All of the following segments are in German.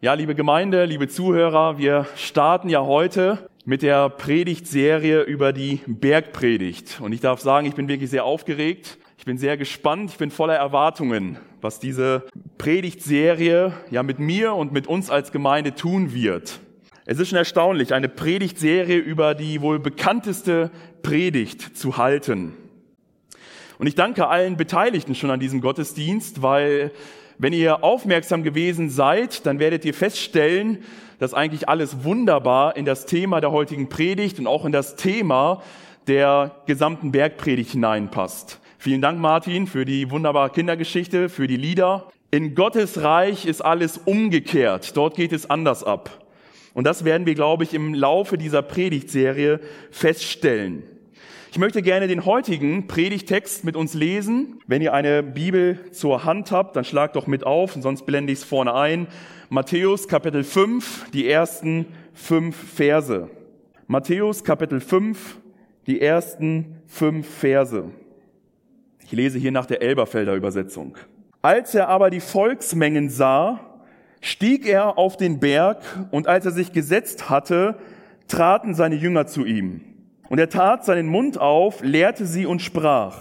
Ja, liebe Gemeinde, liebe Zuhörer, wir starten ja heute mit der Predigtserie über die Bergpredigt. Und ich darf sagen, ich bin wirklich sehr aufgeregt. Ich bin sehr gespannt. Ich bin voller Erwartungen, was diese Predigtserie ja mit mir und mit uns als Gemeinde tun wird. Es ist schon erstaunlich, eine Predigtserie über die wohl bekannteste Predigt zu halten. Und ich danke allen Beteiligten schon an diesem Gottesdienst, weil wenn ihr aufmerksam gewesen seid, dann werdet ihr feststellen, dass eigentlich alles wunderbar in das Thema der heutigen Predigt und auch in das Thema der gesamten Bergpredigt hineinpasst. Vielen Dank, Martin, für die wunderbare Kindergeschichte, für die Lieder. In Gottes Reich ist alles umgekehrt. Dort geht es anders ab. Und das werden wir, glaube ich, im Laufe dieser Predigtserie feststellen. Ich möchte gerne den heutigen Predigttext mit uns lesen. Wenn ihr eine Bibel zur Hand habt, dann schlagt doch mit auf, sonst blende ich es vorne ein. Matthäus Kapitel 5, die ersten 5 Verse. Matthäus Kapitel 5, die ersten 5 Verse. Ich lese hier nach der Elberfelder Übersetzung. Als er aber die Volksmengen sah, stieg er auf den Berg, und als er sich gesetzt hatte, traten seine Jünger zu ihm. Und er tat seinen Mund auf, lehrte sie und sprach: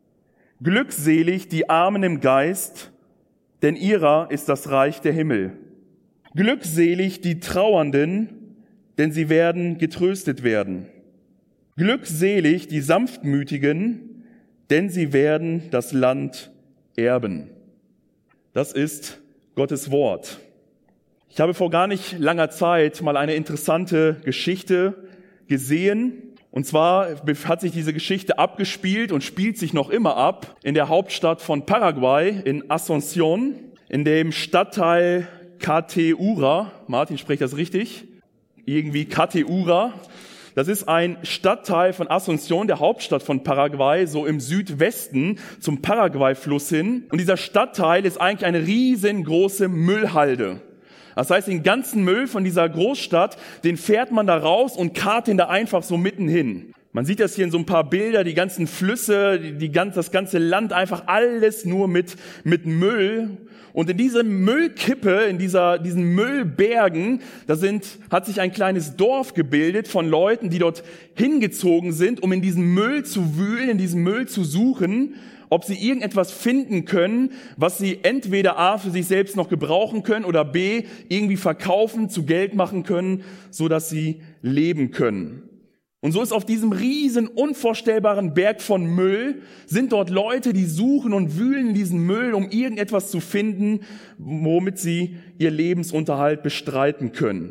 Glückselig die Armen im Geist, denn ihrer ist das Reich der Himmel. Glückselig die Trauernden, denn sie werden getröstet werden. Glückselig die Sanftmütigen, denn sie werden das Land erben. Das ist Gottes Wort. Ich habe vor gar nicht langer Zeit mal eine interessante Geschichte gesehen. Und zwar hat sich diese Geschichte abgespielt und spielt sich noch immer ab in der Hauptstadt von Paraguay, in Asunción, in dem Stadtteil Cateura. Martin, spricht das richtig? Irgendwie Cateura. Das ist ein Stadtteil von Asunción, der Hauptstadt von Paraguay, so im Südwesten zum Paraguay-Fluss hin. Und dieser Stadtteil ist eigentlich eine riesengroße Müllhalde. Das heißt, den ganzen Müll von dieser Großstadt, den fährt man da raus und karrt ihn da einfach so mitten hin. Man sieht das hier in so ein paar Bilder, die ganzen Flüsse, das ganze Land, einfach alles nur mit Müll. Und in dieser Müllkippe, in diesen Müllbergen, hat sich ein kleines Dorf gebildet von Leuten, die dort hingezogen sind, um in diesem Müll zu wühlen, in diesem Müll zu suchen, ob sie irgendetwas finden können, was sie entweder A, für sich selbst noch gebrauchen können, oder B, irgendwie verkaufen, zu Geld machen können, so dass sie leben können. Und so ist auf diesem riesen, unvorstellbaren Berg von Müll, sind dort Leute, die suchen und wühlen in diesem Müll, um irgendetwas zu finden, womit sie ihr Lebensunterhalt bestreiten können.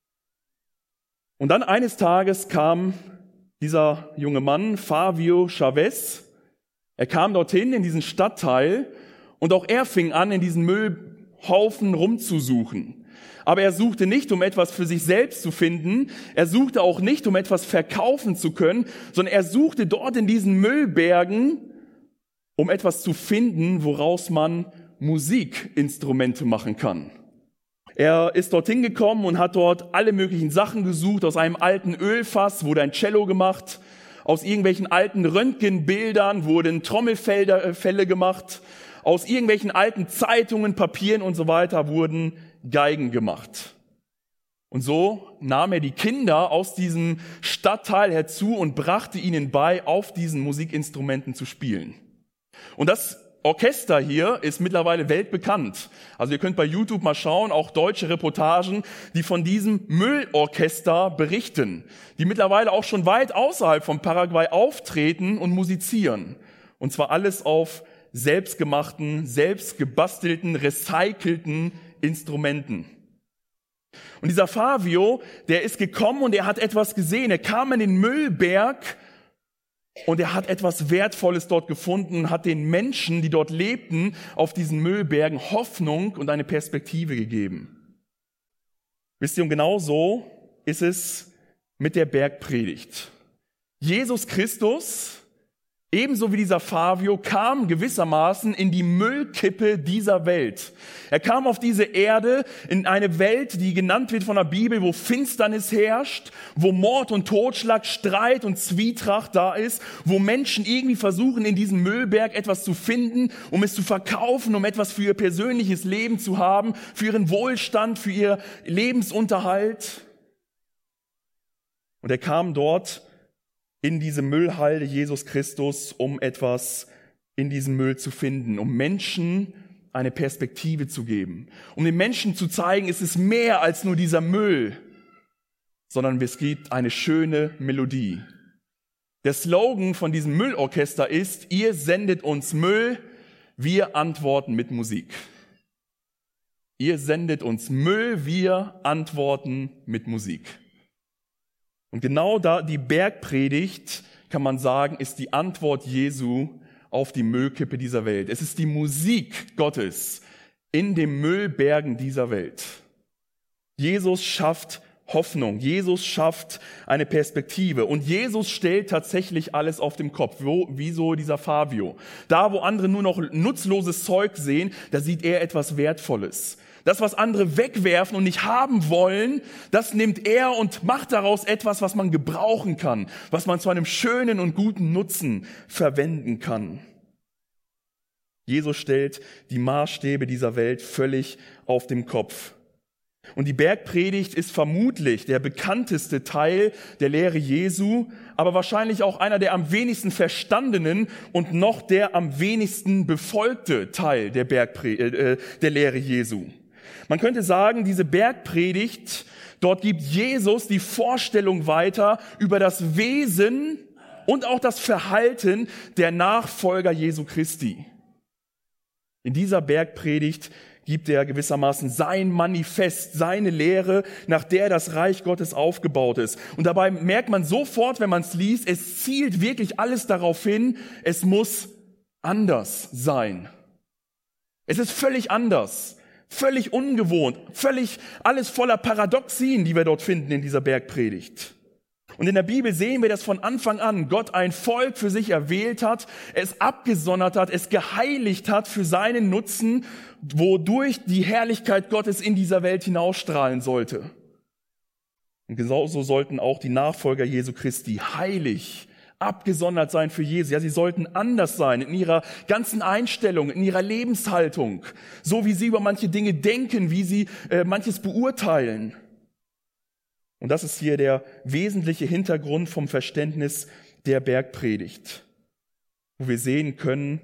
Und dann eines Tages kam dieser junge Mann, Fabio Chavez. Er kam dorthin in diesen Stadtteil und auch er fing an, in diesen Müllhaufen rumzusuchen. Aber er suchte nicht, um etwas für sich selbst zu finden. Er suchte auch nicht, um etwas verkaufen zu können, sondern er suchte dort in diesen Müllbergen, um etwas zu finden, woraus man Musikinstrumente machen kann. Er ist dorthin gekommen und hat dort alle möglichen Sachen gesucht. Aus einem alten Ölfass wurde ein Cello gemacht. Aus irgendwelchen alten Röntgenbildern wurden Trommelfälle gemacht. Aus irgendwelchen alten Zeitungen, Papieren und so weiter wurden Geigen gemacht. Und so nahm er die Kinder aus diesem Stadtteil herzu und brachte ihnen bei, auf diesen Musikinstrumenten zu spielen. Und das Orchester hier ist mittlerweile weltbekannt. Also ihr könnt bei YouTube mal schauen, auch deutsche Reportagen, die von diesem Müllorchester berichten, die mittlerweile auch schon weit außerhalb von Paraguay auftreten und musizieren. Und zwar alles auf selbstgemachten, selbstgebastelten, recycelten Instrumenten. Und dieser Fabio, der ist gekommen und er hat etwas gesehen. Er kam in den Müllberg und er hat etwas Wertvolles dort gefunden, hat den Menschen, die dort lebten, auf diesen Müllbergen Hoffnung und eine Perspektive gegeben. Wisst ihr, und genau so ist es mit der Bergpredigt. Jesus Christus Ebenso wie dieser Fabio kam gewissermaßen in die Müllkippe dieser Welt. Er kam auf diese Erde, in eine Welt, die genannt wird von der Bibel, wo Finsternis herrscht, wo Mord und Totschlag, Streit und Zwietracht da ist, wo Menschen irgendwie versuchen, in diesem Müllberg etwas zu finden, um es zu verkaufen, um etwas für ihr persönliches Leben zu haben, für ihren Wohlstand, für ihr Lebensunterhalt. Und er kam dort in diese Müllhalde Jesus Christus, um etwas in diesem Müll zu finden, um Menschen eine Perspektive zu geben, um den Menschen zu zeigen, es ist mehr als nur dieser Müll, sondern es gibt eine schöne Melodie. Der Slogan von diesem Müllorchester ist: Ihr sendet uns Müll, wir antworten mit Musik. Ihr sendet uns Müll, wir antworten mit Musik. Und genau da die Bergpredigt, kann man sagen, ist die Antwort Jesu auf die Müllkippe dieser Welt. Es ist die Musik Gottes in den Müllbergen dieser Welt. Jesus schafft Hoffnung. Jesus schafft eine Perspektive. Und Jesus stellt tatsächlich alles auf den Kopf. Wie so dieser Fabio. Da, wo andere nur noch nutzloses Zeug sehen, da sieht er etwas Wertvolles. Das, was andere wegwerfen und nicht haben wollen, das nimmt er und macht daraus etwas, was man gebrauchen kann, was man zu einem schönen und guten Nutzen verwenden kann. Jesus stellt die Maßstäbe dieser Welt völlig auf den Kopf. Und die Bergpredigt ist vermutlich der bekannteste Teil der Lehre Jesu, aber wahrscheinlich auch einer der am wenigsten verstandenen und noch der am wenigsten befolgte Teil der Lehre Jesu. Man könnte sagen, diese Bergpredigt, dort gibt Jesus die Vorstellung weiter über das Wesen und auch das Verhalten der Nachfolger Jesu Christi. In dieser Bergpredigt gibt er gewissermaßen sein Manifest, seine Lehre, nach der das Reich Gottes aufgebaut ist. Und dabei merkt man sofort, wenn man es liest, es zielt wirklich alles darauf hin, es muss anders sein. Es ist völlig anders. Völlig ungewohnt, völlig alles voller Paradoxien, die wir dort finden in dieser Bergpredigt. Und in der Bibel sehen wir, dass von Anfang an Gott ein Volk für sich erwählt hat, es abgesondert hat, es geheiligt hat für seinen Nutzen, wodurch die Herrlichkeit Gottes in dieser Welt hinausstrahlen sollte. Und genauso sollten auch die Nachfolger Jesu Christi heilig abgesondert sein für Jesus. Ja, sie sollten anders sein in ihrer ganzen Einstellung, in ihrer Lebenshaltung, so wie sie über manche Dinge denken, wie sie manches beurteilen. Und das ist hier der wesentliche Hintergrund vom Verständnis der Bergpredigt, wo wir sehen können,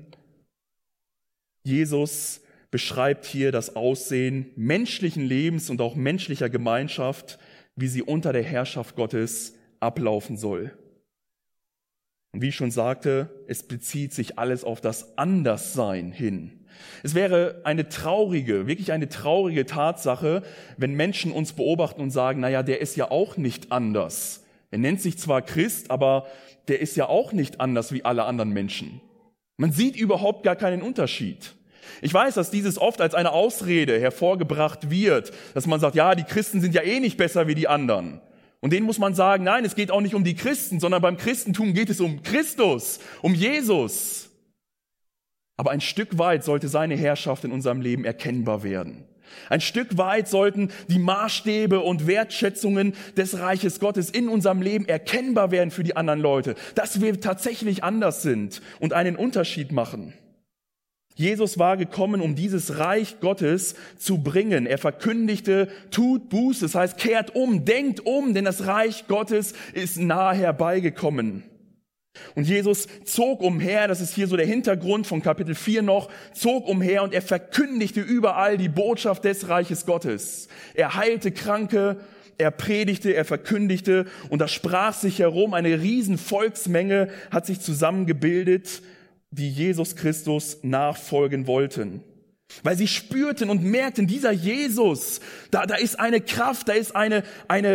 Jesus beschreibt hier das Aussehen menschlichen Lebens und auch menschlicher Gemeinschaft, wie sie unter der Herrschaft Gottes ablaufen soll. Und wie ich schon sagte, es bezieht sich alles auf das Anderssein hin. Es wäre wirklich eine traurige Tatsache, wenn Menschen uns beobachten und sagen, naja, der ist ja auch nicht anders. Er nennt sich zwar Christ, aber der ist ja auch nicht anders wie alle anderen Menschen. Man sieht überhaupt gar keinen Unterschied. Ich weiß, dass dieses oft als eine Ausrede hervorgebracht wird, dass man sagt, ja, die Christen sind ja eh nicht besser wie die anderen. Und denen muss man sagen, nein, es geht auch nicht um die Christen, sondern beim Christentum geht es um Christus, um Jesus. Aber ein Stück weit sollte seine Herrschaft in unserem Leben erkennbar werden. Ein Stück weit sollten die Maßstäbe und Wertschätzungen des Reiches Gottes in unserem Leben erkennbar werden für die anderen Leute, dass wir tatsächlich anders sind und einen Unterschied machen. Jesus war gekommen, um dieses Reich Gottes zu bringen. Er verkündigte, tut Buße, das heißt, kehrt um, denkt um, denn das Reich Gottes ist nahe herbeigekommen. Und Jesus zog umher, das ist hier so der Hintergrund von Kapitel 4 noch, zog umher und er verkündigte überall die Botschaft des Reiches Gottes. Er heilte Kranke, er predigte, er verkündigte und da sprach sich herum, eine riesen Volksmenge hat sich zusammengebildet, die Jesus Christus nachfolgen wollten. Weil sie spürten und merkten, dieser Jesus, da ist eine Kraft, da ist ein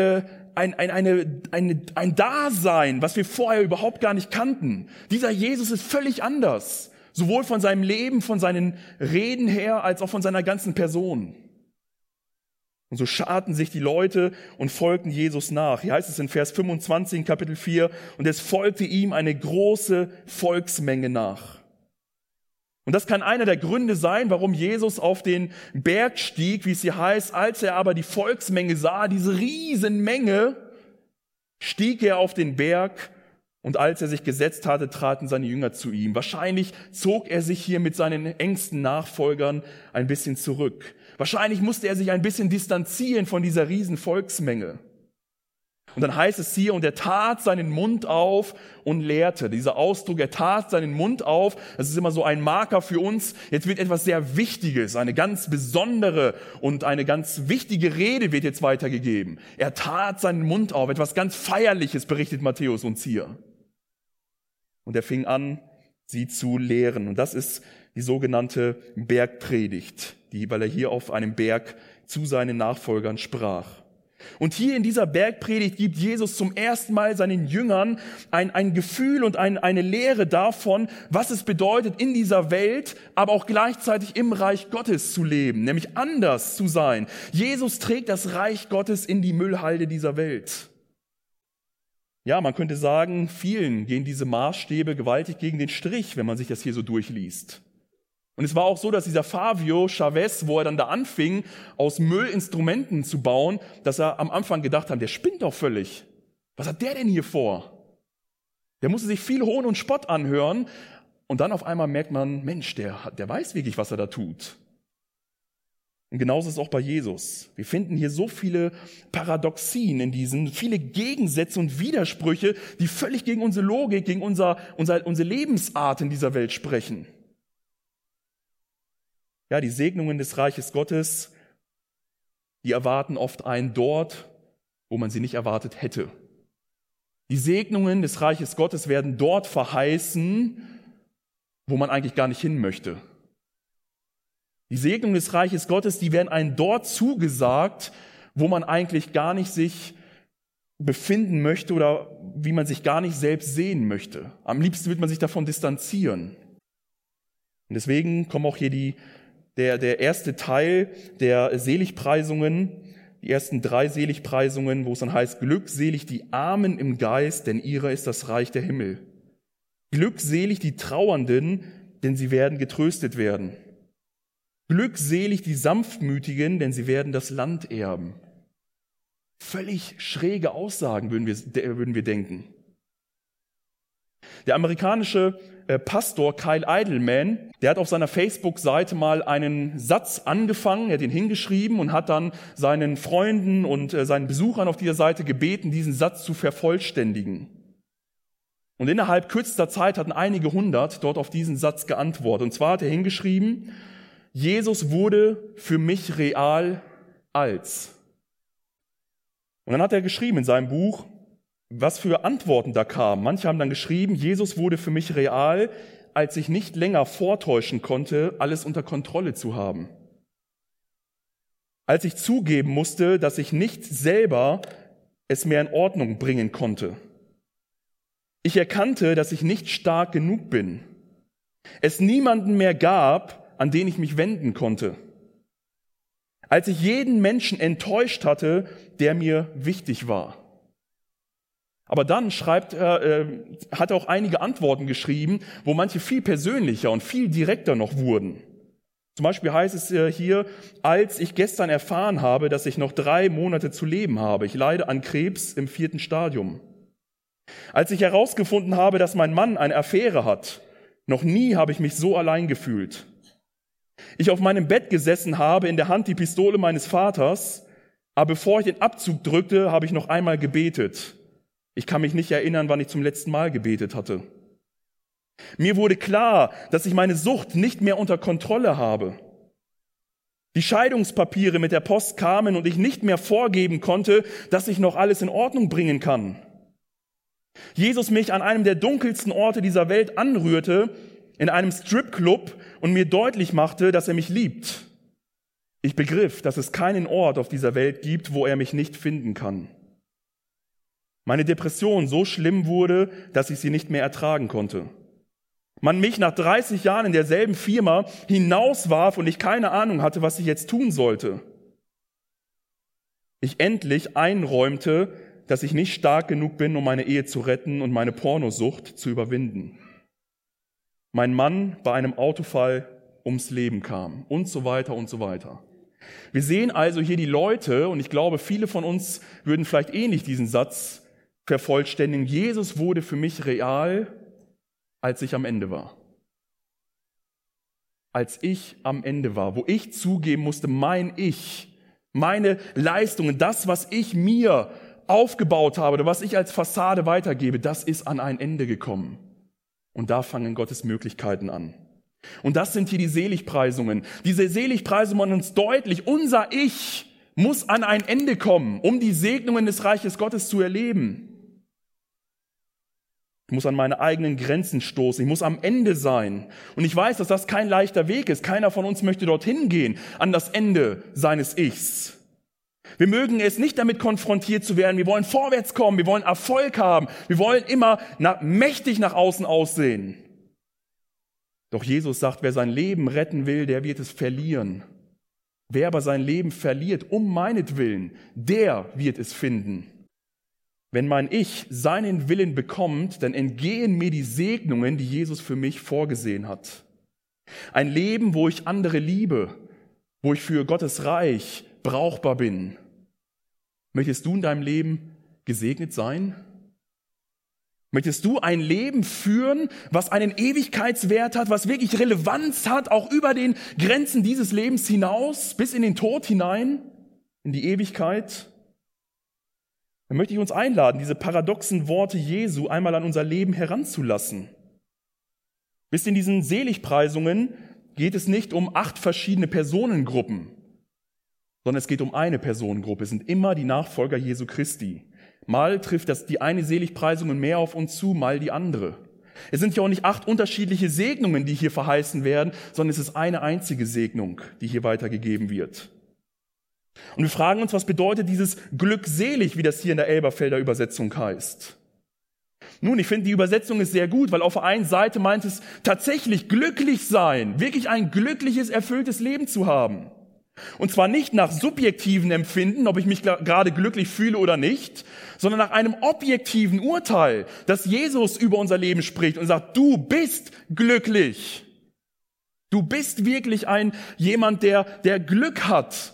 Dasein, was wir vorher überhaupt gar nicht kannten. Dieser Jesus ist völlig anders. Sowohl von seinem Leben, von seinen Reden her, als auch von seiner ganzen Person. Und so scharten sich die Leute und folgten Jesus nach. Hier heißt es in Vers 25 in Kapitel 4, und es folgte ihm eine große Volksmenge nach. Und das kann einer der Gründe sein, warum Jesus auf den Berg stieg, wie es hier heißt. Als er aber die Volksmenge sah, diese Riesenmenge, stieg er auf den Berg, und als er sich gesetzt hatte, traten seine Jünger zu ihm. Wahrscheinlich zog er sich hier mit seinen engsten Nachfolgern ein bisschen zurück. Wahrscheinlich musste er sich ein bisschen distanzieren von dieser riesen Volksmenge. Und dann heißt es hier, und er tat seinen Mund auf und lehrte. Dieser Ausdruck, er tat seinen Mund auf, das ist immer so ein Marker für uns. Jetzt wird etwas sehr Wichtiges, eine ganz besondere und eine ganz wichtige Rede wird jetzt weitergegeben. Er tat seinen Mund auf, etwas ganz Feierliches berichtet Matthäus uns hier. Und er fing an, sie zu lehren. Und das ist die sogenannte Bergpredigt, weil er hier auf einem Berg zu seinen Nachfolgern sprach. Und hier in dieser Bergpredigt gibt Jesus zum ersten Mal seinen Jüngern ein Gefühl und eine Lehre davon, was es bedeutet, in dieser Welt, aber auch gleichzeitig im Reich Gottes zu leben, nämlich anders zu sein. Jesus trägt das Reich Gottes in die Müllhalde dieser Welt. Ja, man könnte sagen, vielen gehen diese Maßstäbe gewaltig gegen den Strich, wenn man sich das hier so durchliest. Und es war auch so, dass dieser Fabio Chavez, wo er dann da anfing, aus Müll Instrumenten zu bauen, dass er am Anfang gedacht hat, der spinnt doch völlig. Was hat der denn hier vor? Der musste sich viel Hohn und Spott anhören. Und dann auf einmal merkt man, Mensch, der weiß wirklich, was er da tut. Und genauso ist es auch bei Jesus. Wir finden hier so viele Paradoxien in diesen, viele Gegensätze und Widersprüche, die völlig gegen unsere Logik, gegen unsere Lebensart in dieser Welt sprechen. Ja, die Segnungen des Reiches Gottes, die erwarten oft einen dort, wo man sie nicht erwartet hätte. Die Segnungen des Reiches Gottes werden dort verheißen, wo man eigentlich gar nicht hin möchte. Die Segnungen des Reiches Gottes, die werden einem dort zugesagt, wo man eigentlich gar nicht sich befinden möchte oder wie man sich gar nicht selbst sehen möchte. Am liebsten wird man sich davon distanzieren. Und deswegen kommen auch hier der erste Teil der Seligpreisungen, die ersten 3 Seligpreisungen, wo es dann heißt, glückselig die Armen im Geist, denn ihrer ist das Reich der Himmel. Glückselig die Trauernden, denn sie werden getröstet werden. Glückselig die Sanftmütigen, denn sie werden das Land erben. Völlig schräge Aussagen, würden wir denken. Der amerikanische Pastor Kyle Idleman, der hat auf seiner Facebook-Seite mal einen Satz angefangen, er hat ihn hingeschrieben und hat dann seinen Freunden und seinen Besuchern auf dieser Seite gebeten, diesen Satz zu vervollständigen. Und innerhalb kürzester Zeit hatten einige 100 dort auf diesen Satz geantwortet. Und zwar hat er hingeschrieben, Jesus wurde für mich real als. Und dann hat er geschrieben in seinem Buch, was für Antworten da kamen. Manche haben dann geschrieben, Jesus wurde für mich real, als ich nicht länger vortäuschen konnte, alles unter Kontrolle zu haben. Als ich zugeben musste, dass ich nicht selber es mehr in Ordnung bringen konnte. Ich erkannte, dass ich nicht stark genug bin. Es niemanden mehr gab, an den ich mich wenden konnte. Als ich jeden Menschen enttäuscht hatte, der mir wichtig war. Aber dann hat er auch einige Antworten geschrieben, wo manche viel persönlicher und viel direkter noch wurden. Zum Beispiel heißt es hier, als ich gestern erfahren habe, dass ich noch 3 Monate zu leben habe. Ich leide an Krebs im 4. Stadium. Als ich herausgefunden habe, dass mein Mann eine Affäre hat. Noch nie habe ich mich so allein gefühlt. Ich auf meinem Bett gesessen habe, in der Hand die Pistole meines Vaters, aber bevor ich den Abzug drückte, habe ich noch einmal gebetet. Ich kann mich nicht erinnern, wann ich zum letzten Mal gebetet hatte. Mir wurde klar, dass ich meine Sucht nicht mehr unter Kontrolle habe. Die Scheidungspapiere mit der Post kamen und ich nicht mehr vorgeben konnte, dass ich noch alles in Ordnung bringen kann. Jesus mich an einem der dunkelsten Orte dieser Welt anrührte, in einem Stripclub, und mir deutlich machte, dass er mich liebt. Ich begriff, dass es keinen Ort auf dieser Welt gibt, wo er mich nicht finden kann. Meine Depression so schlimm wurde, dass ich sie nicht mehr ertragen konnte. Man mich nach 30 Jahren in derselben Firma hinauswarf und ich keine Ahnung hatte, was ich jetzt tun sollte. ich endlich einräumte, dass ich nicht stark genug bin, um meine Ehe zu retten und meine Pornosucht zu überwinden. Mein Mann bei einem Autofall ums Leben kam und so weiter und so weiter. Wir sehen also hier die Leute, und ich glaube, viele von uns würden vielleicht ähnlich diesen Satz vervollständigen. Jesus wurde für mich real, als ich am Ende war. Als ich am Ende war, wo ich zugeben musste, mein Ich, meine Leistungen, das, was ich mir aufgebaut habe oder was ich als Fassade weitergebe, das ist an ein Ende gekommen. Und da fangen Gottes Möglichkeiten an. Und das sind hier die Seligpreisungen. Diese Seligpreisungen machen uns deutlich, unser Ich muss an ein Ende kommen, um die Segnungen des Reiches Gottes zu erleben. Ich muss an meine eigenen Grenzen stoßen, ich muss am Ende sein. Und ich weiß, dass das kein leichter Weg ist. Keiner von uns möchte dorthin gehen, an das Ende seines Ichs. Wir mögen es nicht damit konfrontiert zu werden. Wir wollen vorwärts kommen, wir wollen Erfolg haben, wir wollen immer mächtig nach außen aussehen. Doch Jesus sagt, wer sein Leben retten will, der wird es verlieren. Wer aber sein Leben verliert, um meinetwillen, der wird es finden. Wenn mein Ich seinen Willen bekommt, dann entgehen mir die Segnungen, die Jesus für mich vorgesehen hat. Ein Leben, wo ich andere liebe, wo ich für Gottes Reich brauchbar bin. Möchtest du in deinem Leben gesegnet sein? Möchtest du ein Leben führen, was einen Ewigkeitswert hat, was wirklich Relevanz hat, auch über den Grenzen dieses Lebens hinaus, bis in den Tod hinein, in die Ewigkeit? Dann möchte ich uns einladen, diese paradoxen Worte Jesu einmal an unser Leben heranzulassen. Bis in diesen Seligpreisungen geht es nicht um 8 verschiedene Personengruppen, sondern es geht um eine Personengruppe. Es sind immer die Nachfolger Jesu Christi. Mal trifft das die eine Seligpreisung mehr auf uns zu, mal die andere. Es sind ja auch nicht 8 unterschiedliche Segnungen, die hier verheißen werden, sondern es ist eine einzige Segnung, die hier weitergegeben wird. Und wir fragen uns, was bedeutet dieses glückselig, wie das hier in der Elberfelder Übersetzung heißt? Nun, ich finde, die Übersetzung ist sehr gut, weil auf der einen Seite meint es tatsächlich glücklich sein, wirklich ein glückliches, erfülltes Leben zu haben. Und zwar nicht nach subjektiven Empfinden, ob ich mich gerade glücklich fühle oder nicht, sondern nach einem objektiven Urteil, dass Jesus über unser Leben spricht und sagt, du bist glücklich. Du bist wirklich jemand, der Glück hat.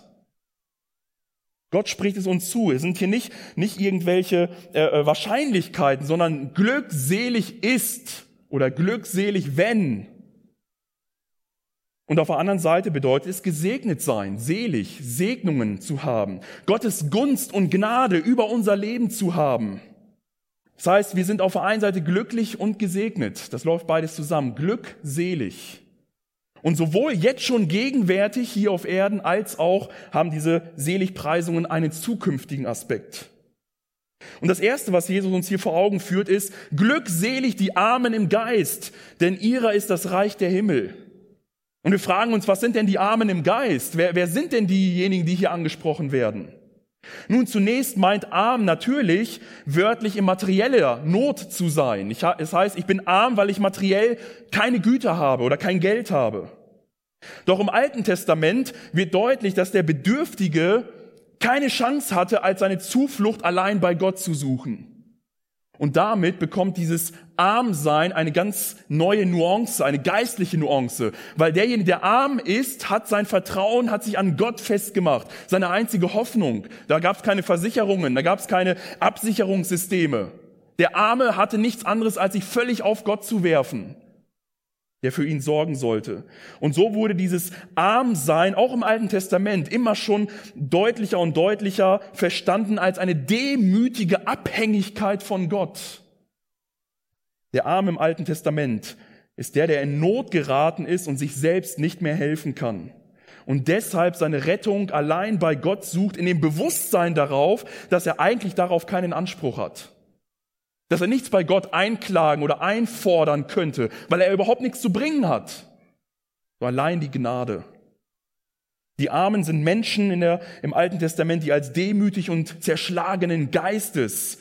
Gott spricht es uns zu. Es sind hier nicht irgendwelche Wahrscheinlichkeiten, sondern glückselig ist oder glückselig wenn. Und auf der anderen Seite bedeutet es gesegnet sein, selig, Segnungen zu haben, Gottes Gunst und Gnade über unser Leben zu haben. Das heißt, wir sind auf der einen Seite glücklich und gesegnet. Das läuft beides zusammen. Glückselig. Und sowohl jetzt schon gegenwärtig hier auf Erden, als auch haben diese Seligpreisungen einen zukünftigen Aspekt. Und das Erste, was Jesus uns hier vor Augen führt, ist, glückselig die Armen im Geist, denn ihrer ist das Reich der Himmel. Und wir fragen uns, was sind denn die Armen im Geist? Wer sind denn diejenigen, die hier angesprochen werden? Nun, zunächst meint arm natürlich wörtlich in materieller Not zu sein. Es heißt, ich bin arm, weil ich materiell keine Güter habe oder kein Geld habe. Doch im Alten Testament wird deutlich, dass der Bedürftige keine Chance hatte, als seine Zuflucht allein bei Gott zu suchen. Und damit bekommt dieses Armsein eine ganz neue Nuance, eine geistliche Nuance. Weil derjenige, der arm ist, hat sein Vertrauen, hat sich an Gott festgemacht. Seine einzige Hoffnung. Da gab es keine Versicherungen, da gab es keine Absicherungssysteme. Der Arme hatte nichts anderes, als sich völlig auf Gott zu werfen, der für ihn sorgen sollte. Und so wurde dieses Armsein auch im Alten Testament immer schon deutlicher und deutlicher verstanden als eine demütige Abhängigkeit von Gott. Der Arme im Alten Testament ist der in Not geraten ist und sich selbst nicht mehr helfen kann. Und deshalb seine Rettung allein bei Gott sucht, in dem Bewusstsein darauf, dass er eigentlich darauf keinen Anspruch hat. Dass er nichts bei Gott einklagen oder einfordern könnte, weil er überhaupt nichts zu bringen hat. So allein die Gnade. Die Armen sind Menschen im Alten Testament, die als demütig und zerschlagenen Geistes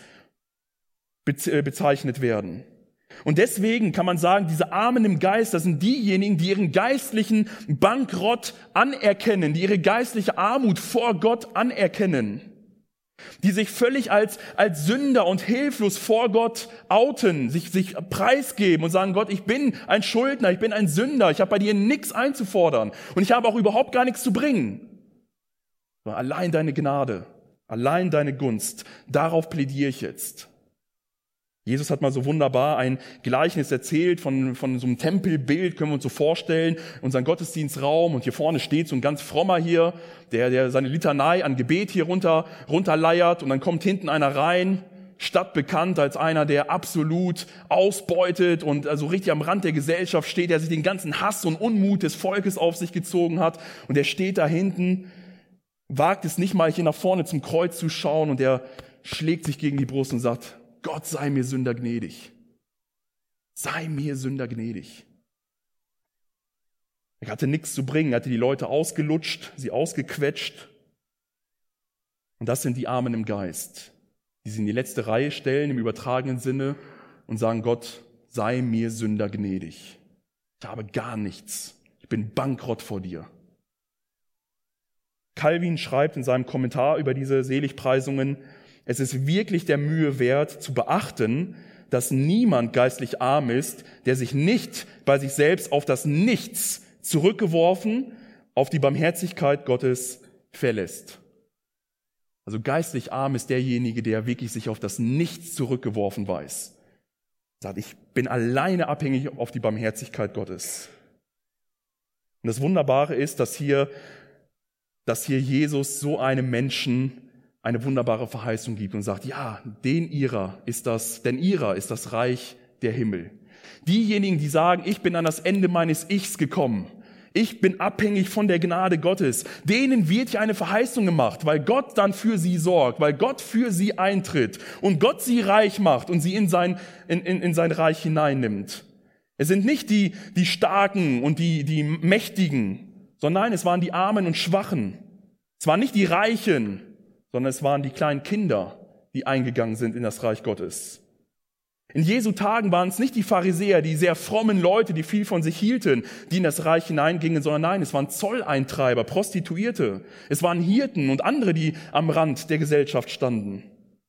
bezeichnet werden. Und deswegen kann man sagen, diese Armen im Geist, das sind diejenigen, die ihren geistlichen Bankrott anerkennen, die ihre geistliche Armut vor Gott anerkennen. die sich völlig als Sünder und hilflos vor Gott outen, sich preisgeben und sagen, Gott, ich bin ein Schuldner, ich bin ein Sünder, ich habe bei dir nichts einzufordern und ich habe auch überhaupt gar nichts zu bringen. Allein deine Gnade, allein deine Gunst, darauf plädiere ich jetzt. Jesus hat mal so wunderbar ein Gleichnis erzählt von so einem Tempelbild, können wir uns so vorstellen, unseren Gottesdienstraum, und hier vorne steht so ein ganz frommer hier, der seine Litanei an Gebet hier runterleiert, und dann kommt hinten einer rein, stadtbekannt als einer, der absolut ausbeutet und also richtig am Rand der Gesellschaft steht, der sich den ganzen Hass und Unmut des Volkes auf sich gezogen hat, und der steht da hinten, wagt es nicht mal hier nach vorne zum Kreuz zu schauen, und der schlägt sich gegen die Brust und sagt, Gott sei mir Sünder gnädig. Sei mir Sünder gnädig. Er hatte nichts zu bringen, hatte die Leute ausgelutscht, sie ausgequetscht. Und das sind die Armen im Geist, die sie in die letzte Reihe stellen, im übertragenen Sinne, und sagen, Gott, sei mir Sünder gnädig. Ich habe gar nichts. Ich bin bankrott vor dir. Calvin schreibt in seinem Kommentar über diese Seligpreisungen, es ist wirklich der Mühe wert, zu beachten, dass niemand geistlich arm ist, der sich nicht bei sich selbst auf das Nichts zurückgeworfen, auf die Barmherzigkeit Gottes verlässt. Also geistlich arm ist derjenige, der wirklich sich auf das Nichts zurückgeworfen weiß. Sagt, ich bin alleine abhängig auf die Barmherzigkeit Gottes. Und das Wunderbare ist, dass hier Jesus so einem Menschen eine wunderbare Verheißung gibt und sagt, ja, denn ihrer ist das Reich der Himmel. Diejenigen, die sagen, ich bin an das Ende meines Ichs gekommen, ich bin abhängig von der Gnade Gottes, denen wird hier eine Verheißung gemacht, weil Gott dann für sie sorgt, weil Gott für sie eintritt und Gott sie reich macht und sie in sein Reich hineinnimmt. Es sind nicht die Starken und die Mächtigen, sondern nein, es waren die Armen und Schwachen. Es waren nicht die Reichen, sondern es waren die kleinen Kinder, die eingegangen sind in das Reich Gottes. In Jesu Tagen waren es nicht die Pharisäer, die sehr frommen Leute, die viel von sich hielten, die in das Reich hineingingen, sondern nein, es waren Zolleintreiber, Prostituierte, es waren Hirten und andere, die am Rand der Gesellschaft standen,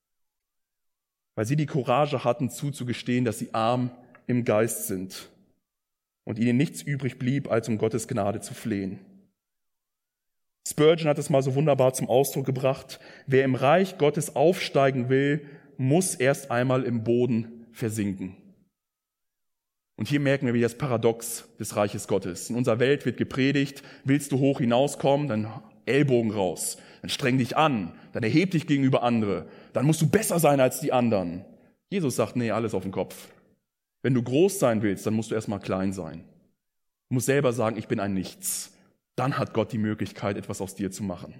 weil sie die Courage hatten, zuzugestehen, dass sie arm im Geist sind und ihnen nichts übrig blieb, als um Gottes Gnade zu flehen. Spurgeon hat es mal so wunderbar zum Ausdruck gebracht, wer im Reich Gottes aufsteigen will, muss erst einmal im Boden versinken. Und hier merken wir wieder das Paradox des Reiches Gottes. In unserer Welt wird gepredigt, willst du hoch hinauskommen, dann Ellbogen raus, dann streng dich an, dann erheb dich gegenüber andere, dann musst du besser sein als die anderen. Jesus sagt, nee, alles auf den Kopf. Wenn du groß sein willst, dann musst du erstmal klein sein. Du musst selber sagen, ich bin ein Nichts. Dann hat Gott die Möglichkeit, etwas aus dir zu machen.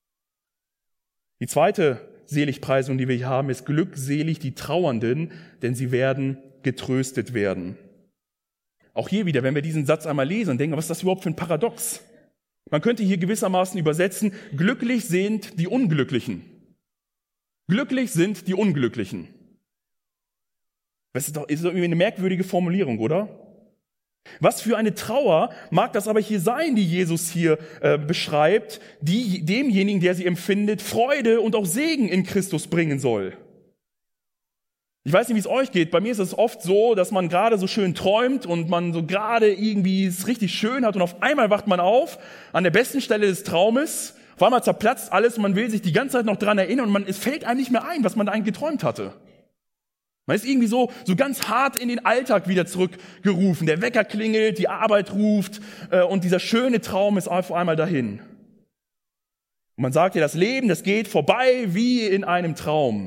Die zweite Seligpreisung, die wir hier haben, ist glückselig die Trauernden, denn sie werden getröstet werden. Auch hier wieder, wenn wir diesen Satz einmal lesen und denken, was ist das überhaupt für ein Paradox? Man könnte hier gewissermaßen übersetzen, glücklich sind die Unglücklichen. Glücklich sind die Unglücklichen. Das ist doch irgendwie eine merkwürdige Formulierung, oder? Was für eine Trauer mag das aber hier sein, die Jesus hier beschreibt, die demjenigen, der sie empfindet, Freude und auch Segen in Christus bringen soll. Ich weiß nicht, wie es euch geht. Bei mir ist es oft so, dass man gerade so schön träumt und man so gerade irgendwie es richtig schön hat und auf einmal wacht man auf an der besten Stelle des Traumes. Auf einmal zerplatzt alles und man will sich die ganze Zeit noch dran erinnern und es fällt einem nicht mehr ein, was man da eigentlich geträumt hatte. Man ist irgendwie so ganz hart in den Alltag wieder zurückgerufen. Der Wecker klingelt, die Arbeit ruft und dieser schöne Traum ist auf einmal dahin. Und man sagt ja, das Leben, das geht vorbei wie in einem Traum.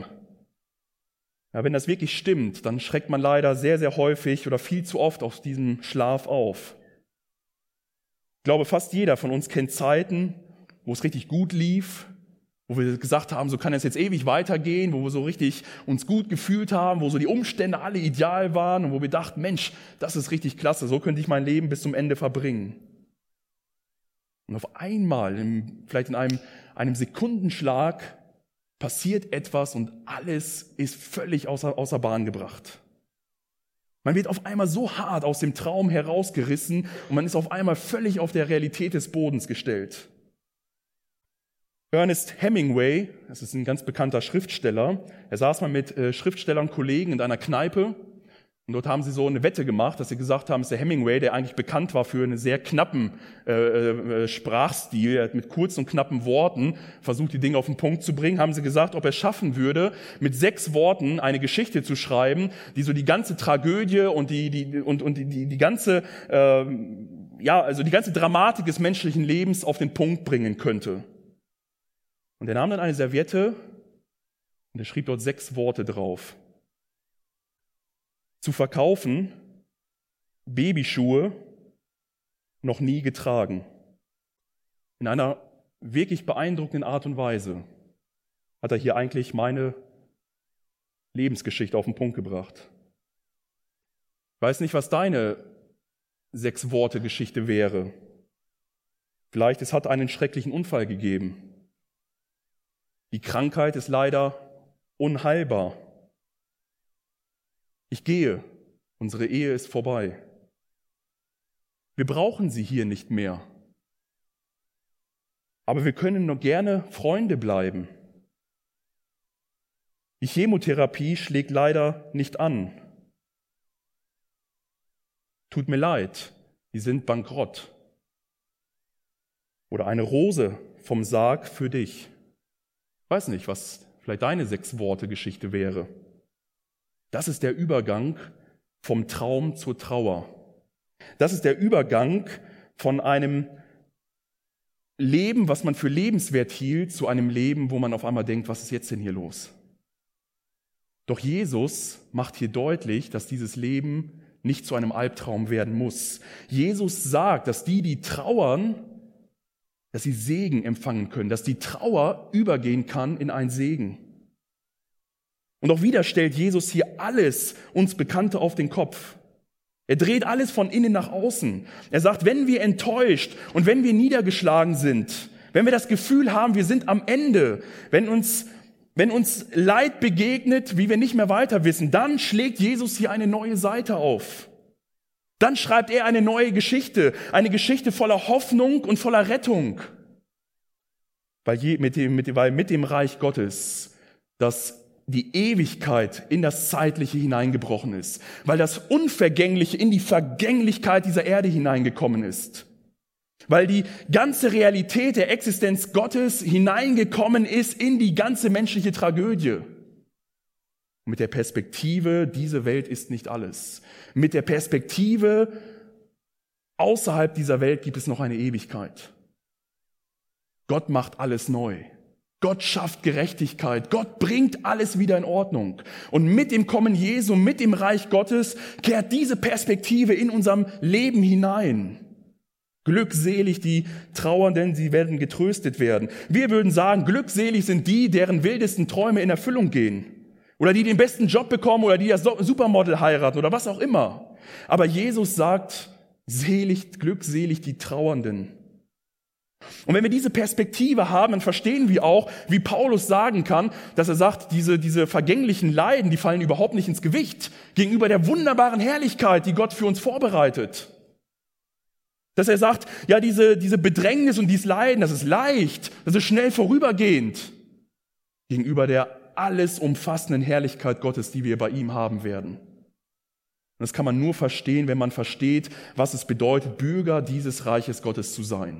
Ja, wenn das wirklich stimmt, dann schreckt man leider sehr, sehr häufig oder viel zu oft aus diesem Schlaf auf. Ich glaube, fast jeder von uns kennt Zeiten, wo es richtig gut lief, wo wir gesagt haben, so kann es jetzt ewig weitergehen, wo wir so richtig uns gut gefühlt haben, wo so die Umstände alle ideal waren und wo wir dachten, Mensch, das ist richtig klasse, so könnte ich mein Leben bis zum Ende verbringen. Und auf einmal, vielleicht in einem Sekundenschlag, passiert etwas und alles ist völlig außer Bahn gebracht. Man wird auf einmal so hart aus dem Traum herausgerissen und man ist auf einmal völlig auf der Realität des Bodens gestellt. Ernest Hemingway, das ist ein ganz bekannter Schriftsteller, er saß mal mit Schriftstellern, Kollegen in einer Kneipe und dort haben sie so eine Wette gemacht, dass sie gesagt haben, dass der Hemingway, der eigentlich bekannt war für einen sehr knappen Sprachstil, er hat mit kurzen und knappen Worten versucht, die Dinge auf den Punkt zu bringen, haben sie gesagt, ob er schaffen würde, mit 6 Worten eine Geschichte zu schreiben, die so die ganze Tragödie und die ganze also die ganze Dramatik des menschlichen Lebens auf den Punkt bringen könnte. Und er nahm dann eine Serviette und er schrieb dort 6 Worte drauf. Zu verkaufen, Babyschuhe, noch nie getragen. In einer wirklich beeindruckenden Art und Weise hat er hier eigentlich meine Lebensgeschichte auf den Punkt gebracht. Ich weiß nicht, was deine 6-Worte-Geschichte wäre. Vielleicht, es hat einen schrecklichen Unfall gegeben. Die Krankheit ist leider unheilbar. Ich gehe, unsere Ehe ist vorbei. Wir brauchen sie hier nicht mehr. Aber wir können noch gerne Freunde bleiben. Die Chemotherapie schlägt leider nicht an. Tut mir leid, die sind bankrott. Oder eine Rose vom Sarg für dich. Ich weiß nicht, was vielleicht deine 6-Worte-Geschichte wäre. Das ist der Übergang vom Traum zur Trauer. Das ist der Übergang von einem Leben, was man für lebenswert hielt, zu einem Leben, wo man auf einmal denkt, was ist jetzt denn hier los? Doch Jesus macht hier deutlich, dass dieses Leben nicht zu einem Albtraum werden muss. Jesus sagt, dass die trauern, dass sie Segen empfangen können, dass die Trauer übergehen kann in einen Segen. Und auch wieder stellt Jesus hier alles uns Bekannte auf den Kopf. Er dreht alles von innen nach außen. Er sagt, wenn wir enttäuscht und wenn wir niedergeschlagen sind, wenn wir das Gefühl haben, wir sind am Ende, wenn uns Leid begegnet, wie wir nicht mehr weiter wissen, dann schlägt Jesus hier eine neue Seite auf. Dann schreibt er eine neue Geschichte, eine Geschichte voller Hoffnung und voller Rettung. Weil mit dem Reich Gottes die Ewigkeit in das Zeitliche hineingebrochen ist, weil das Unvergängliche in die Vergänglichkeit dieser Erde hineingekommen ist, weil die ganze Realität der Existenz Gottes hineingekommen ist in die ganze menschliche Tragödie. Und mit der Perspektive, diese Welt ist nicht alles. Mit der Perspektive, außerhalb dieser Welt gibt es noch eine Ewigkeit. Gott macht alles neu. Gott schafft Gerechtigkeit. Gott bringt alles wieder in Ordnung. Und mit dem Kommen Jesu, mit dem Reich Gottes, kehrt diese Perspektive in unserem Leben hinein. Glückselig die Trauernden, sie werden getröstet werden. Wir würden sagen, glückselig sind die, deren wildesten Träume in Erfüllung gehen. Oder die den besten Job bekommen oder die das Supermodel heiraten oder was auch immer. Aber Jesus sagt, glückselig die Trauernden. Und wenn wir diese Perspektive haben, dann verstehen wir auch, wie Paulus sagen kann, dass er sagt, diese vergänglichen Leiden, die fallen überhaupt nicht ins Gewicht gegenüber der wunderbaren Herrlichkeit, die Gott für uns vorbereitet. Dass er sagt, ja, diese Bedrängnis und dieses Leiden, das ist leicht, das ist schnell vorübergehend gegenüber der alles umfassenden Herrlichkeit Gottes, die wir bei ihm haben werden. Und das kann man nur verstehen, wenn man versteht, was es bedeutet, Bürger dieses Reiches Gottes zu sein.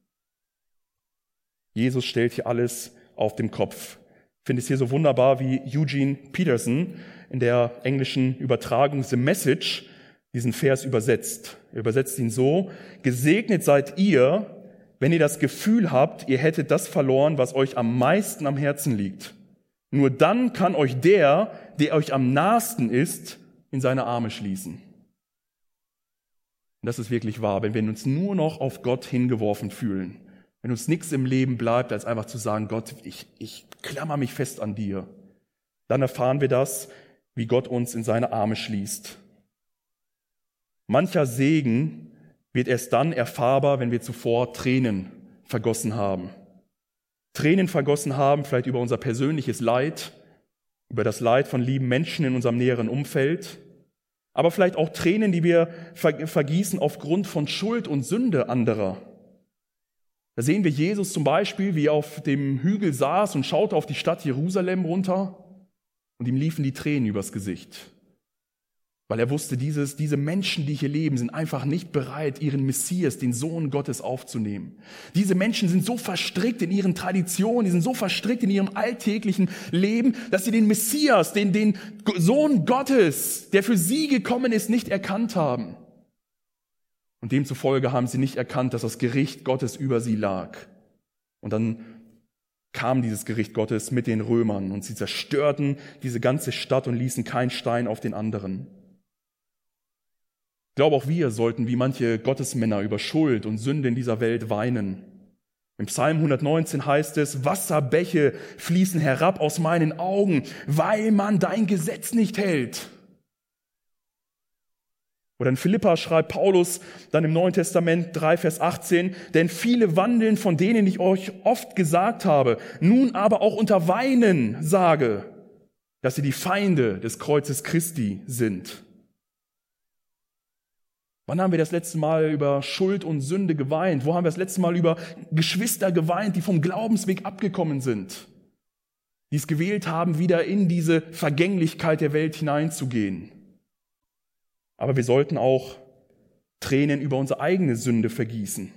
Jesus stellt hier alles auf den Kopf. Ich finde es hier so wunderbar, wie Eugene Peterson in der englischen Übertragung The Message diesen Vers übersetzt. Er übersetzt ihn so: Gesegnet seid ihr, wenn ihr das Gefühl habt, ihr hättet das verloren, was euch am meisten am Herzen liegt. Nur dann kann euch der euch am nahesten ist, in seine Arme schließen. Und das ist wirklich wahr, wenn wir uns nur noch auf Gott hingeworfen fühlen. Wenn uns nichts im Leben bleibt, als einfach zu sagen, Gott, ich klammer mich fest an dir. Dann erfahren wir das, wie Gott uns in seine Arme schließt. Mancher Segen wird erst dann erfahrbar, wenn wir zuvor Tränen vergossen haben. Tränen vergossen haben, vielleicht über unser persönliches Leid, über das Leid von lieben Menschen in unserem näheren Umfeld, aber vielleicht auch Tränen, die wir vergießen aufgrund von Schuld und Sünde anderer. Da sehen wir Jesus zum Beispiel, wie er auf dem Hügel saß und schaute auf die Stadt Jerusalem runter und ihm liefen die Tränen übers Gesicht. Weil er wusste, diese Menschen, die hier leben, sind einfach nicht bereit, ihren Messias, den Sohn Gottes, aufzunehmen. Diese Menschen sind so verstrickt in ihren Traditionen, die sind so verstrickt in ihrem alltäglichen Leben, dass sie den Messias, den Sohn Gottes, der für sie gekommen ist, nicht erkannt haben. Und demzufolge haben sie nicht erkannt, dass das Gericht Gottes über sie lag. Und dann kam dieses Gericht Gottes mit den Römern und sie zerstörten diese ganze Stadt und ließen keinen Stein auf den anderen. Ich glaube, auch wir sollten wie manche Gottesmänner über Schuld und Sünde in dieser Welt weinen. Im Psalm 119 heißt es, Wasserbäche fließen herab aus meinen Augen, weil man dein Gesetz nicht hält. Oder in Philipper schreibt Paulus dann im Neuen Testament 3, Vers 18, denn viele wandeln, von denen ich euch oft gesagt habe, nun aber auch unter Weinen sage, dass sie die Feinde des Kreuzes Christi sind. Wann haben wir das letzte Mal über Schuld und Sünde geweint? Wo haben wir das letzte Mal über Geschwister geweint, die vom Glaubensweg abgekommen sind? Die es gewählt haben, wieder in diese Vergänglichkeit der Welt hineinzugehen. Aber wir sollten auch Tränen über unsere eigene Sünde vergießen.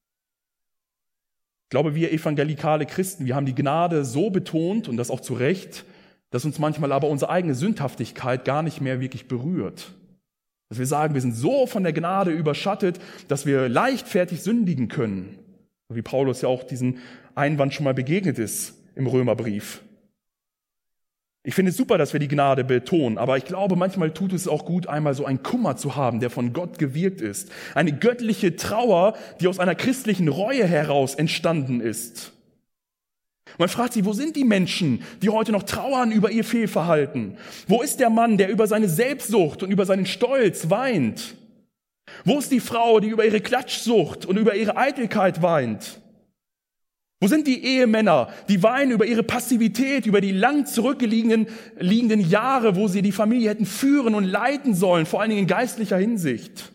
Ich glaube, wir evangelikale Christen, wir haben die Gnade so betont, und das auch zu Recht, dass uns manchmal aber unsere eigene Sündhaftigkeit gar nicht mehr wirklich berührt. Dass wir sagen, wir sind so von der Gnade überschattet, dass wir leichtfertig sündigen können. Wie Paulus ja auch diesen Einwand schon mal begegnet ist im Römerbrief. Ich finde es super, dass wir die Gnade betonen, aber ich glaube, manchmal tut es auch gut, einmal so einen Kummer zu haben, der von Gott gewirkt ist. Eine göttliche Trauer, die aus einer christlichen Reue heraus entstanden ist. Man fragt sich, wo sind die Menschen, die heute noch trauern über ihr Fehlverhalten? Wo ist der Mann, der über seine Selbstsucht und über seinen Stolz weint? Wo ist die Frau, die über ihre Klatschsucht und über ihre Eitelkeit weint? Wo sind die Ehemänner, die weinen über ihre Passivität, über die lang zurückliegenden Jahre, wo sie die Familie hätten führen und leiten sollen, vor allen Dingen in geistlicher Hinsicht?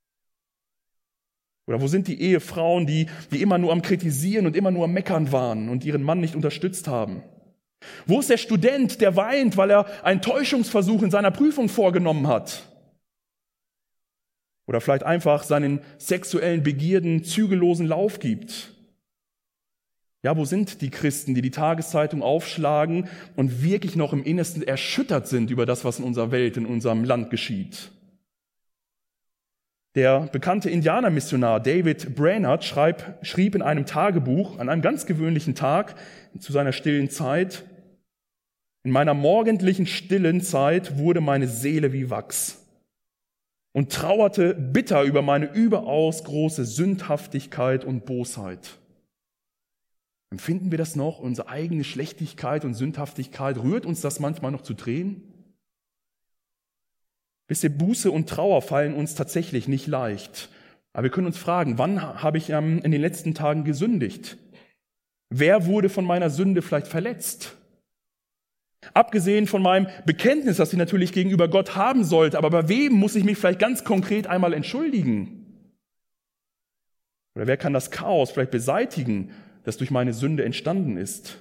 Oder wo sind die Ehefrauen, die immer nur am Kritisieren und immer nur am Meckern waren und ihren Mann nicht unterstützt haben? Wo ist der Student, der weint, weil er einen Täuschungsversuch in seiner Prüfung vorgenommen hat? Oder vielleicht einfach seinen sexuellen Begierden zügellosen Lauf gibt? Ja, wo sind die Christen, die die Tageszeitung aufschlagen und wirklich noch im Innersten erschüttert sind über das, was in unserer Welt, in unserem Land geschieht? Der bekannte Indianermissionar David Brainerd schrieb in einem Tagebuch an einem ganz gewöhnlichen Tag zu seiner stillen Zeit: In meiner morgendlichen stillen Zeit wurde meine Seele wie Wachs und trauerte bitter über meine überaus große Sündhaftigkeit und Bosheit. Empfinden wir das noch, unsere eigene Schlechtigkeit und Sündhaftigkeit? Rührt uns das manchmal noch zu Tränen? Wisst ihr, Buße und Trauer fallen uns tatsächlich nicht leicht. Aber wir können uns fragen, wann habe ich in den letzten Tagen gesündigt? Wer wurde von meiner Sünde vielleicht verletzt? Abgesehen von meinem Bekenntnis, das ich natürlich gegenüber Gott haben sollte, aber bei wem muss ich mich vielleicht ganz konkret einmal entschuldigen? Oder wer kann das Chaos vielleicht beseitigen, das durch meine Sünde entstanden ist?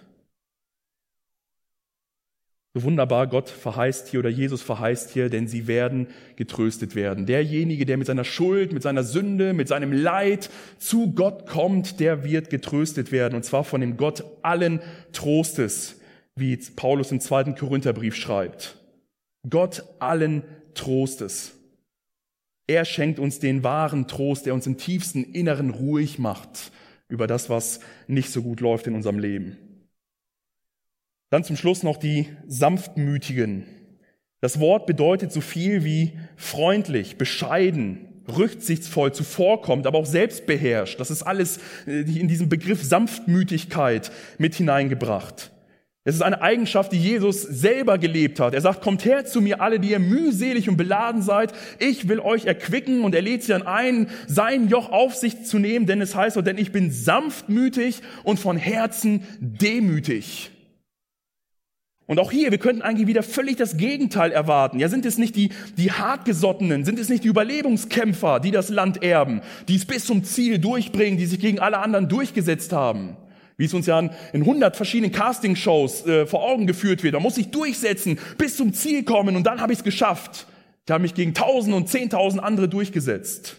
So wunderbar Gott verheißt hier oder Jesus verheißt hier, denn sie werden getröstet werden. Derjenige, der mit seiner Schuld, mit seiner Sünde, mit seinem Leid zu Gott kommt, der wird getröstet werden. Und zwar von dem Gott allen Trostes, wie Paulus im 2. Korintherbrief schreibt. Gott allen Trostes. Er schenkt uns den wahren Trost, der uns im tiefsten Inneren ruhig macht über das, was nicht so gut läuft in unserem Leben. Dann zum Schluss noch die Sanftmütigen. Das Wort bedeutet so viel wie freundlich, bescheiden, rücksichtsvoll, zuvorkommend, aber auch selbstbeherrscht. Das ist alles in diesem Begriff Sanftmütigkeit mit hineingebracht. Es ist eine Eigenschaft, die Jesus selber gelebt hat. Er sagt, kommt her zu mir alle, die ihr mühselig und beladen seid. Ich will euch erquicken, und er lädt sie dann ein, sein Joch auf sich zu nehmen, denn es heißt, denn ich bin sanftmütig und von Herzen demütig. Und auch hier, wir könnten eigentlich wieder völlig das Gegenteil erwarten. Ja, sind es nicht die Hartgesottenen, sind es nicht die Überlebenskämpfer, die das Land erben, die es bis zum Ziel durchbringen, die sich gegen alle anderen durchgesetzt haben? Wie es uns ja in 100 verschiedenen Castingshows vor Augen geführt wird. Man muss sich durchsetzen, bis zum Ziel kommen und dann habe ich es geschafft. Ich habe mich gegen 1000 und 10.000 andere durchgesetzt.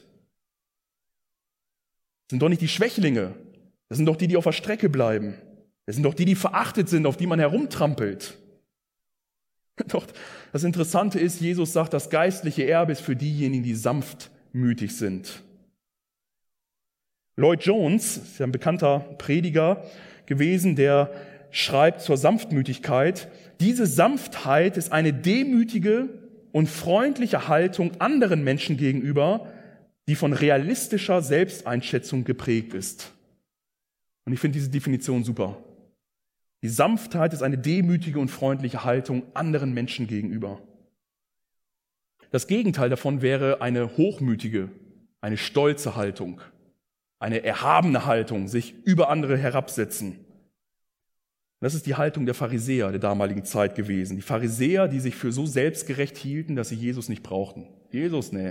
Das sind doch nicht die Schwächlinge. Das sind doch die auf der Strecke bleiben. Das sind doch die verachtet sind, auf die man herumtrampelt. Doch das Interessante ist, Jesus sagt, das geistliche Erbe ist für diejenigen, die sanftmütig sind. Lloyd Jones ist ja ein bekannter Prediger gewesen, der schreibt zur Sanftmütigkeit: Diese Sanftheit ist eine demütige und freundliche Haltung anderen Menschen gegenüber, die von realistischer Selbsteinschätzung geprägt ist. Und ich finde diese Definition super. Die Sanftheit ist eine demütige und freundliche Haltung anderen Menschen gegenüber. Das Gegenteil davon wäre eine hochmütige, eine stolze Haltung, eine erhabene Haltung, sich über andere herabsetzen. Das ist die Haltung der Pharisäer der damaligen Zeit gewesen. Die Pharisäer, die sich für so selbstgerecht hielten, dass sie Jesus nicht brauchten. Jesus, nee.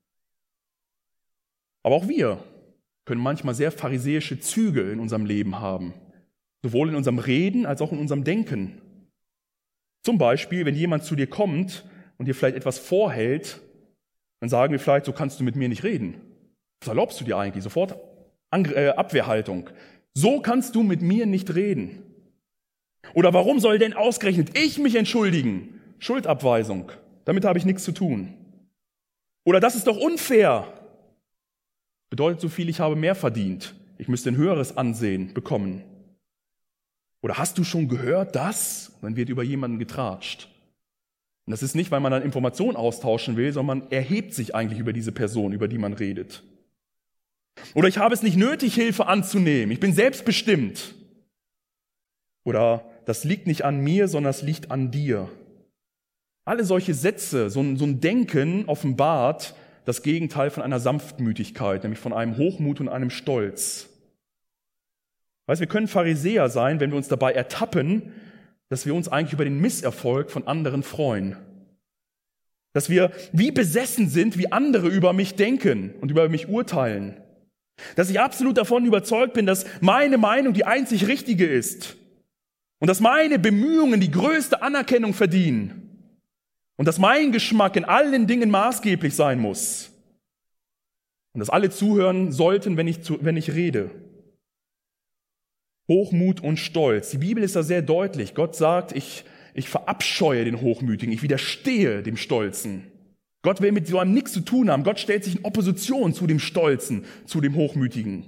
Aber auch wir können manchmal sehr pharisäische Züge in unserem Leben haben. Sowohl in unserem Reden als auch in unserem Denken. Zum Beispiel, wenn jemand zu dir kommt und dir vielleicht etwas vorhält, dann sagen wir vielleicht, so kannst du mit mir nicht reden. Was erlaubst du dir eigentlich? Sofort Abwehrhaltung. So kannst du mit mir nicht reden. Oder warum soll denn ausgerechnet ich mich entschuldigen? Schuldabweisung. Damit habe ich nichts zu tun. Oder das ist doch unfair. Bedeutet so viel, ich habe mehr verdient. Ich müsste ein höheres Ansehen bekommen. Oder hast du schon gehört, dass? Dann wird über jemanden getratscht. Und das ist nicht, weil man dann Informationen austauschen will, sondern man erhebt sich eigentlich über diese Person, über die man redet. Oder ich habe es nicht nötig, Hilfe anzunehmen. Ich bin selbstbestimmt. Oder das liegt nicht an mir, sondern es liegt an dir. Alle solche Sätze, so ein Denken offenbart das Gegenteil von einer Sanftmütigkeit, nämlich von einem Hochmut und einem Stolz. Weißt, wir können Pharisäer sein, wenn wir uns dabei ertappen, dass wir uns eigentlich über den Misserfolg von anderen freuen. Dass wir wie besessen sind, wie andere über mich denken und über mich urteilen. Dass ich absolut davon überzeugt bin, dass meine Meinung die einzig richtige ist. Und dass meine Bemühungen die größte Anerkennung verdienen. Und dass mein Geschmack in allen Dingen maßgeblich sein muss. Und dass alle zuhören sollten, wenn ich rede. Hochmut und Stolz. Die Bibel ist da sehr deutlich. Gott sagt, ich verabscheue den Hochmütigen, ich widerstehe dem Stolzen. Gott will mit so einem nichts zu tun haben. Gott stellt sich in Opposition zu dem Stolzen, zu dem Hochmütigen.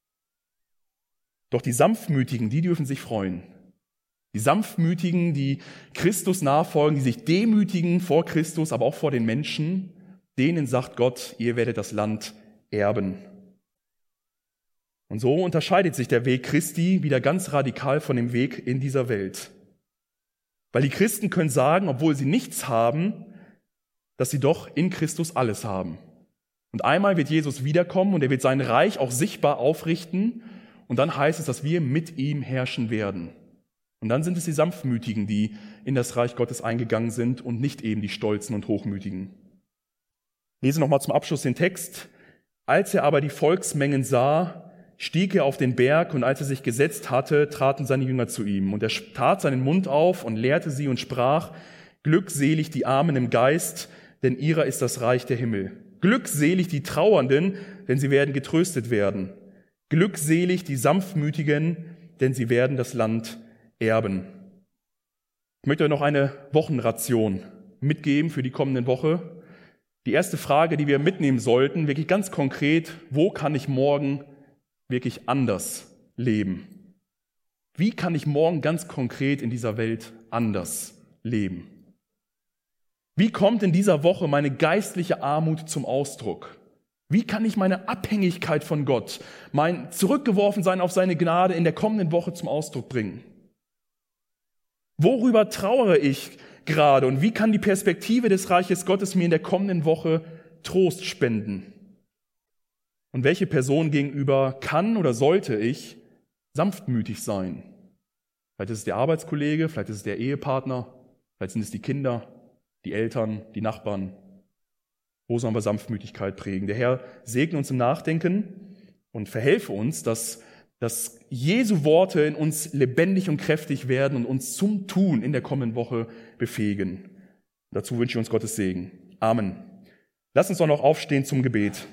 Doch die Sanftmütigen, die dürfen sich freuen. Die Sanftmütigen, die Christus nachfolgen, die sich demütigen vor Christus, aber auch vor den Menschen, denen sagt Gott, ihr werdet das Land erben. Und so unterscheidet sich der Weg Christi wieder ganz radikal von dem Weg in dieser Welt. Weil die Christen können sagen, obwohl sie nichts haben, dass sie doch in Christus alles haben. Und einmal wird Jesus wiederkommen und er wird sein Reich auch sichtbar aufrichten. Und dann heißt es, dass wir mit ihm herrschen werden. Und dann sind es die Sanftmütigen, die in das Reich Gottes eingegangen sind und nicht eben die Stolzen und Hochmütigen. Ich lese nochmal zum Abschluss den Text. Als er aber die Volksmengen sah, stieg er auf den Berg, und als er sich gesetzt hatte, traten seine Jünger zu ihm. Und er tat seinen Mund auf und lehrte sie und sprach: Glückselig die Armen im Geist, denn ihrer ist das Reich der Himmel. Glückselig die Trauernden, denn sie werden getröstet werden. Glückselig die Sanftmütigen, denn sie werden das Land erben. Ich möchte euch noch eine Wochenration mitgeben für die kommende Woche. Die erste Frage, die wir mitnehmen sollten, wirklich ganz konkret: Wo kann ich morgen wirklich anders leben? Wie kann ich morgen ganz konkret in dieser Welt anders leben? Wie kommt in dieser Woche meine geistliche Armut zum Ausdruck? Wie kann ich meine Abhängigkeit von Gott, mein Zurückgeworfensein auf seine Gnade in der kommenden Woche zum Ausdruck bringen? Worüber trauere ich gerade und wie kann die Perspektive des Reiches Gottes mir in der kommenden Woche Trost spenden? Und welche Person gegenüber kann oder sollte ich sanftmütig sein? Vielleicht ist es der Arbeitskollege, vielleicht ist es der Ehepartner, vielleicht sind es die Kinder, die Eltern, die Nachbarn. Wo sollen wir Sanftmütigkeit prägen? Der Herr segne uns im Nachdenken und verhelfe uns, dass Jesu Worte in uns lebendig und kräftig werden und uns zum Tun in der kommenden Woche befähigen. Dazu wünsche ich uns Gottes Segen. Amen. Lass uns doch noch aufstehen zum Gebet.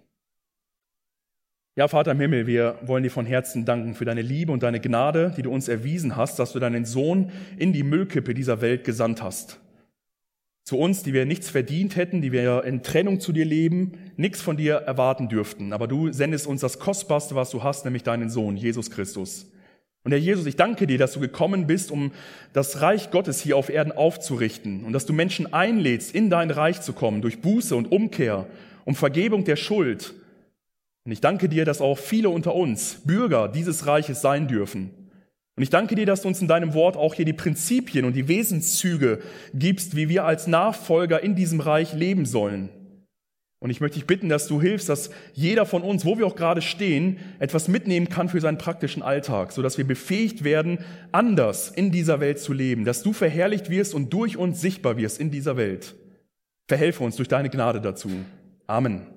Ja, Vater im Himmel, wir wollen dir von Herzen danken für deine Liebe und deine Gnade, die du uns erwiesen hast, dass du deinen Sohn in die Müllkippe dieser Welt gesandt hast. Zu uns, die wir nichts verdient hätten, die wir in Trennung zu dir leben, nichts von dir erwarten dürften. Aber du sendest uns das Kostbarste, was du hast, nämlich deinen Sohn, Jesus Christus. Und Herr Jesus, ich danke dir, dass du gekommen bist, um das Reich Gottes hier auf Erden aufzurichten und dass du Menschen einlädst, in dein Reich zu kommen, durch Buße und Umkehr, um Vergebung der Schuld. Und ich danke dir, dass auch viele unter uns Bürger dieses Reiches sein dürfen. Und ich danke dir, dass du uns in deinem Wort auch hier die Prinzipien und die Wesenszüge gibst, wie wir als Nachfolger in diesem Reich leben sollen. Und ich möchte dich bitten, dass du hilfst, dass jeder von uns, wo wir auch gerade stehen, etwas mitnehmen kann für seinen praktischen Alltag, sodass wir befähigt werden, anders in dieser Welt zu leben, dass du verherrlicht wirst und durch uns sichtbar wirst in dieser Welt. Verhelfe uns durch deine Gnade dazu. Amen.